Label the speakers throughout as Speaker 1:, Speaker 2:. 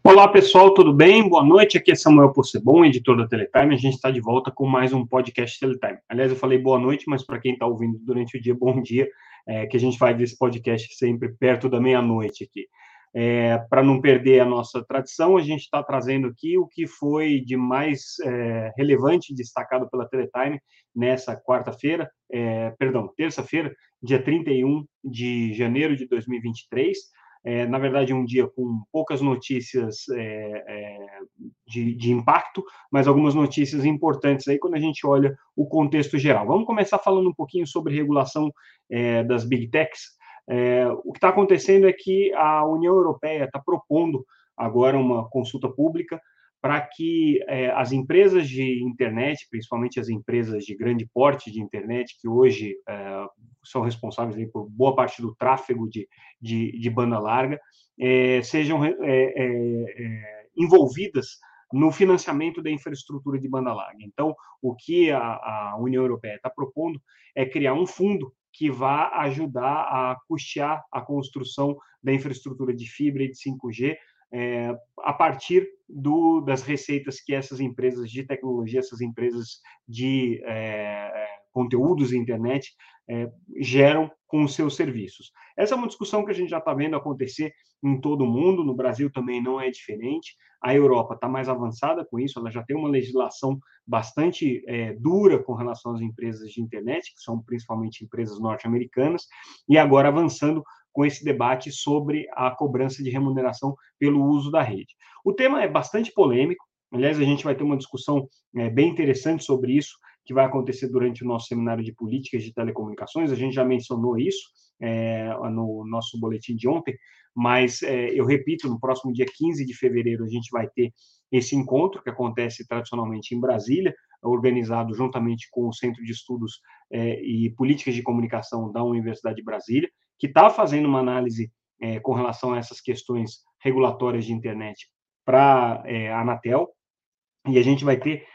Speaker 1: Olá pessoal, tudo bem? Boa noite, aqui é Samuel Possebon, editor da Teletime. A gente está de volta com mais um podcast Teletime. Aliás, eu falei boa noite, mas para quem está ouvindo durante o dia, bom dia, que a gente faz esse podcast sempre perto da meia-noite aqui. Para não perder a nossa tradição, a gente está trazendo aqui o que foi de mais relevante destacado pela Teletime nessa terça-feira, dia 31 de janeiro de 2023. Na verdade, um dia com poucas notícias de impacto, mas algumas notícias importantes aí quando a gente olha o contexto geral. Vamos começar falando um pouquinho sobre regulação das Big Techs. O que está acontecendo é que a União Europeia está propondo agora uma consulta pública para que as empresas de internet, principalmente as empresas de grande porte de internet, que hoje são responsáveis aí por boa parte do tráfego de banda larga, sejam envolvidas no financiamento da infraestrutura de banda larga. Então, o que a União Europeia está propondo é criar um fundo que vá ajudar a custear a construção da infraestrutura de fibra e de 5G a partir das receitas que essas empresas de tecnologia, essas empresas de conteúdos de internet geram com os seus serviços. Essa é uma discussão que a gente já está vendo acontecer em todo o mundo, no Brasil também não é diferente. A Europa está mais avançada com isso, ela já tem uma legislação bastante dura com relação às empresas de internet, que são principalmente empresas norte-americanas, e agora avançando com esse debate sobre a cobrança de remuneração pelo uso da rede. O tema é bastante polêmico, aliás, a gente vai ter uma discussão bem interessante sobre isso, que vai acontecer durante o nosso seminário de políticas de telecomunicações. A gente já mencionou isso no nosso boletim de ontem, mas eu repito, no próximo dia 15 de fevereiro a gente vai ter esse encontro, que acontece tradicionalmente em Brasília, organizado juntamente com o Centro de Estudos e Políticas de Comunicação da Universidade de Brasília, que está fazendo uma análise com relação a essas questões regulatórias de internet para a Anatel, e a gente vai ter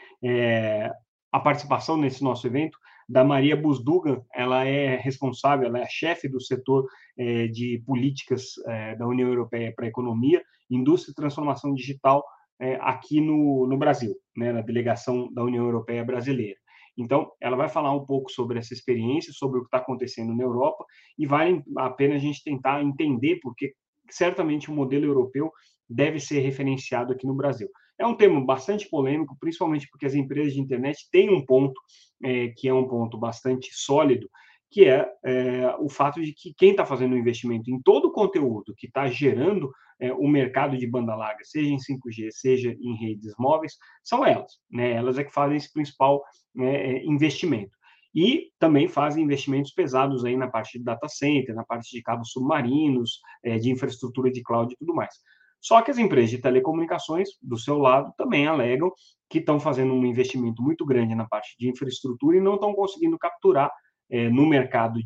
Speaker 1: a participação nesse nosso evento da Maria Busdugan. Ela é responsável, ela é a chefe do setor de políticas da União Europeia para a economia, indústria e transformação digital aqui no Brasil, né, na delegação da União Europeia brasileira. Então, ela vai falar um pouco sobre essa experiência, sobre o que está acontecendo na Europa, e vale a pena a gente tentar entender porque certamente o modelo europeu deve ser referenciado aqui no Brasil. É um tema bastante polêmico, principalmente porque as empresas de internet têm um ponto que é um ponto bastante sólido, que é o fato de que quem está fazendo o investimento em todo o conteúdo que está gerando o mercado de banda larga, seja em 5G, seja em redes móveis, são elas. Né? Elas é que fazem esse principal investimento. E também fazem investimentos pesados aí na parte de data center, na parte de cabos submarinos, de infraestrutura de cloud e tudo mais. Só que as empresas de telecomunicações, do seu lado, também alegam que estão fazendo um investimento muito grande na parte de infraestrutura e não estão conseguindo capturar no mercado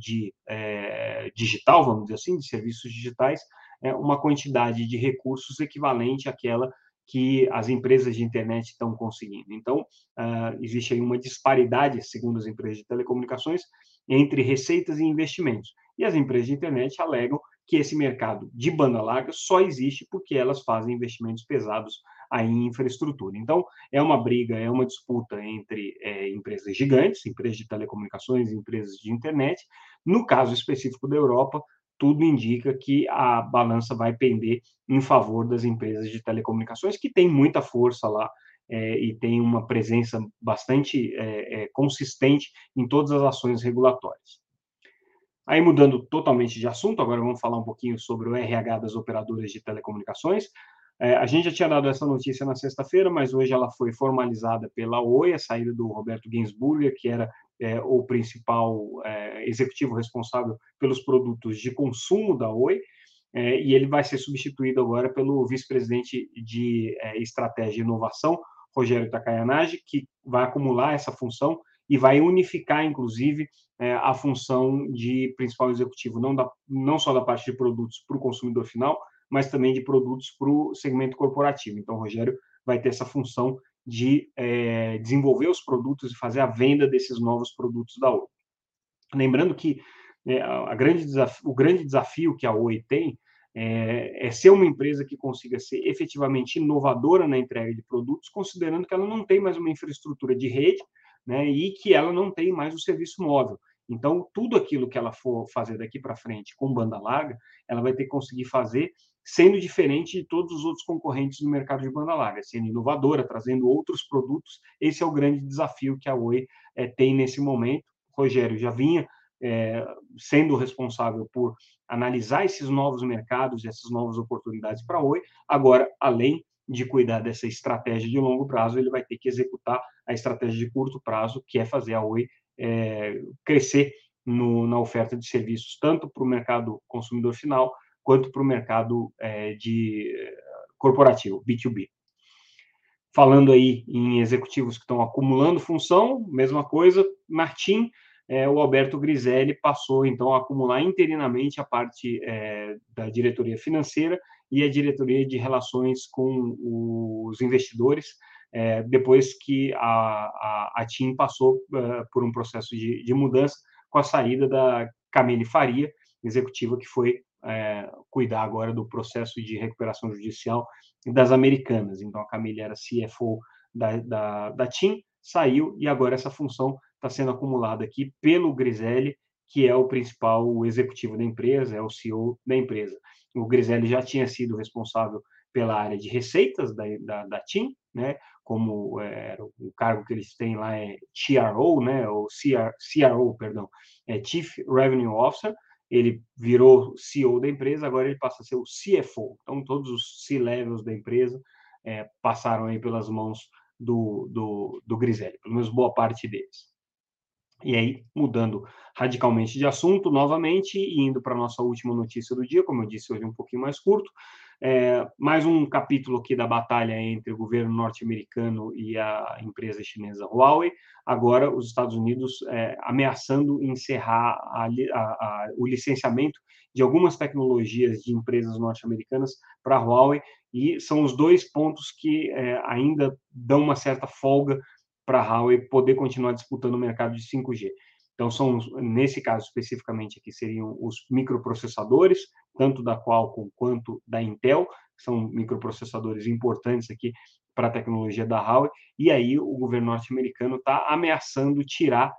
Speaker 1: digital, vamos dizer assim, de serviços digitais, uma quantidade de recursos equivalente àquela que as empresas de internet estão conseguindo. Então, existe aí uma disparidade, segundo as empresas de telecomunicações, entre receitas e investimentos. E as empresas de internet alegam que esse mercado de banda larga só existe porque elas fazem investimentos pesados aí em infraestrutura. Então, é uma briga, é uma disputa entre empresas gigantes, empresas de telecomunicações e empresas de internet. No caso específico da Europa, tudo indica que a balança vai pender em favor das empresas de telecomunicações, que têm muita força lá e tem uma presença bastante consistente em todas as ações regulatórias. Aí, mudando totalmente de assunto, agora vamos falar um pouquinho sobre o RH das operadoras de telecomunicações. A gente já tinha dado essa notícia na sexta-feira, mas hoje ela foi formalizada pela Oi, a saída do Roberto Ginsburger, que era o principal executivo responsável pelos produtos de consumo da Oi, e ele vai ser substituído agora pelo vice-presidente de estratégia e inovação, Rogério Takayanagi, que vai acumular essa função e vai unificar, inclusive, a função de principal executivo, não só da parte de produtos para o consumidor final, mas também de produtos para o segmento corporativo. Então, o Rogério vai ter essa função de desenvolver os produtos e fazer a venda desses novos produtos da Oi. Lembrando que o grande desafio que a Oi tem é ser uma empresa que consiga ser efetivamente inovadora na entrega de produtos, considerando que ela não tem mais uma infraestrutura de rede, né, e que ela não tem mais o serviço móvel. Então, tudo aquilo que ela for fazer daqui para frente com banda larga, ela vai ter que conseguir fazer sendo diferente de todos os outros concorrentes do mercado de banda larga, sendo inovadora, trazendo outros produtos. Esse é o grande desafio que a Oi tem nesse momento. O Rogério já vinha sendo responsável por analisar esses novos mercados, essas novas oportunidades para a Oi. Agora, além de cuidar dessa estratégia de longo prazo, ele vai ter que executar a estratégia de curto prazo, que é fazer a Oi crescer na oferta de serviços, tanto para o mercado consumidor final, quanto para o mercado corporativo, B2B. Falando aí em executivos que estão acumulando função, mesma coisa, Martim, o Alberto Griselli passou, então, a acumular interinamente a parte da diretoria financeira e a diretoria de relações com os investidores, depois que a TIM passou por um processo de mudança com a saída da Camille Faria, executiva que foi cuidar agora do processo de recuperação judicial das Americanas. Então, a Camille era CFO da TIM, saiu, e agora essa função está sendo acumulada aqui pelo Griselli, que é o principal executivo da empresa, é o CEO da empresa. O Griselli já tinha sido responsável pela área de receitas da TIM, né? Como o cargo que eles têm lá é TRO, né? Ou CRO, perdão, Chief Revenue Officer. Ele virou CEO da empresa, agora ele passa a ser o CFO. Então, todos os C-levels da empresa passaram aí pelas mãos do Griselli, pelo menos boa parte deles. E aí, mudando radicalmente de assunto, novamente, e indo para a nossa última notícia do dia, como eu disse, hoje é um pouquinho mais curto, mais um capítulo aqui da batalha entre o governo norte-americano e a empresa chinesa Huawei. Agora, os Estados Unidos ameaçando encerrar o licenciamento de algumas tecnologias de empresas norte-americanas para a Huawei, e são os dois pontos que ainda dão uma certa folga para a Huawei poder continuar disputando o mercado de 5G. Então, nesse caso especificamente aqui, seriam os microprocessadores, tanto da Qualcomm quanto da Intel, que são microprocessadores importantes aqui para a tecnologia da Huawei, e aí o governo norte-americano está ameaçando tirar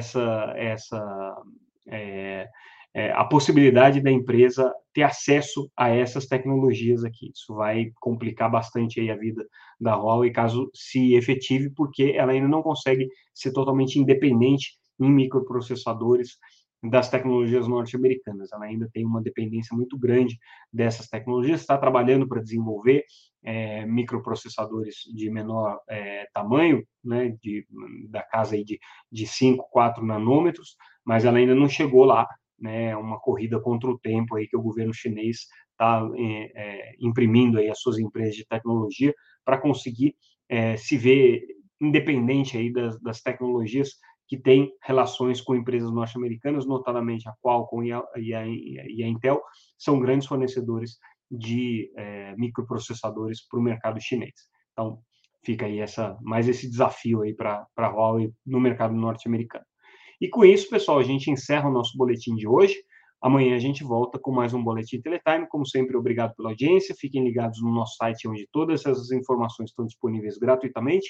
Speaker 1: a possibilidade da empresa ter acesso a essas tecnologias aqui. Isso vai complicar bastante aí a vida da Huawei, caso se efetive, porque ela ainda não consegue ser totalmente independente em microprocessadores das tecnologias norte-americanas. Ela ainda tem uma dependência muito grande dessas tecnologias, está trabalhando para desenvolver microprocessadores de menor tamanho, né, da casa aí de 5, 4 nanômetros, mas ela ainda não chegou lá, né, uma corrida contra o tempo aí que o governo chinês está imprimindo aí as suas empresas de tecnologia para conseguir se ver independente aí das tecnologias que têm relações com empresas norte-americanas, notadamente a Qualcomm e a Intel, são grandes fornecedores de microprocessadores para o mercado chinês. Então, fica aí mais esse desafio aí para a Huawei no mercado norte-americano. E com isso, pessoal, a gente encerra o nosso boletim de hoje. Amanhã a gente volta com mais um Boletim Teletime. Como sempre, obrigado pela audiência. Fiquem ligados no nosso site, onde todas essas informações estão disponíveis gratuitamente,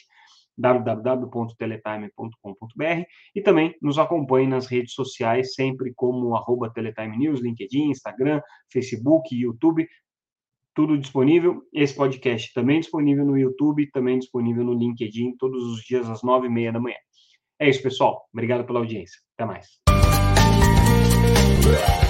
Speaker 1: www.teletime.com.br, e também nos acompanhem nas redes sociais, sempre como @Teletime News, LinkedIn, Instagram, Facebook, YouTube, tudo disponível. Esse podcast também disponível no YouTube, também disponível no LinkedIn, todos os dias às 9h30 da manhã. É isso, pessoal. Obrigado pela audiência. Até mais.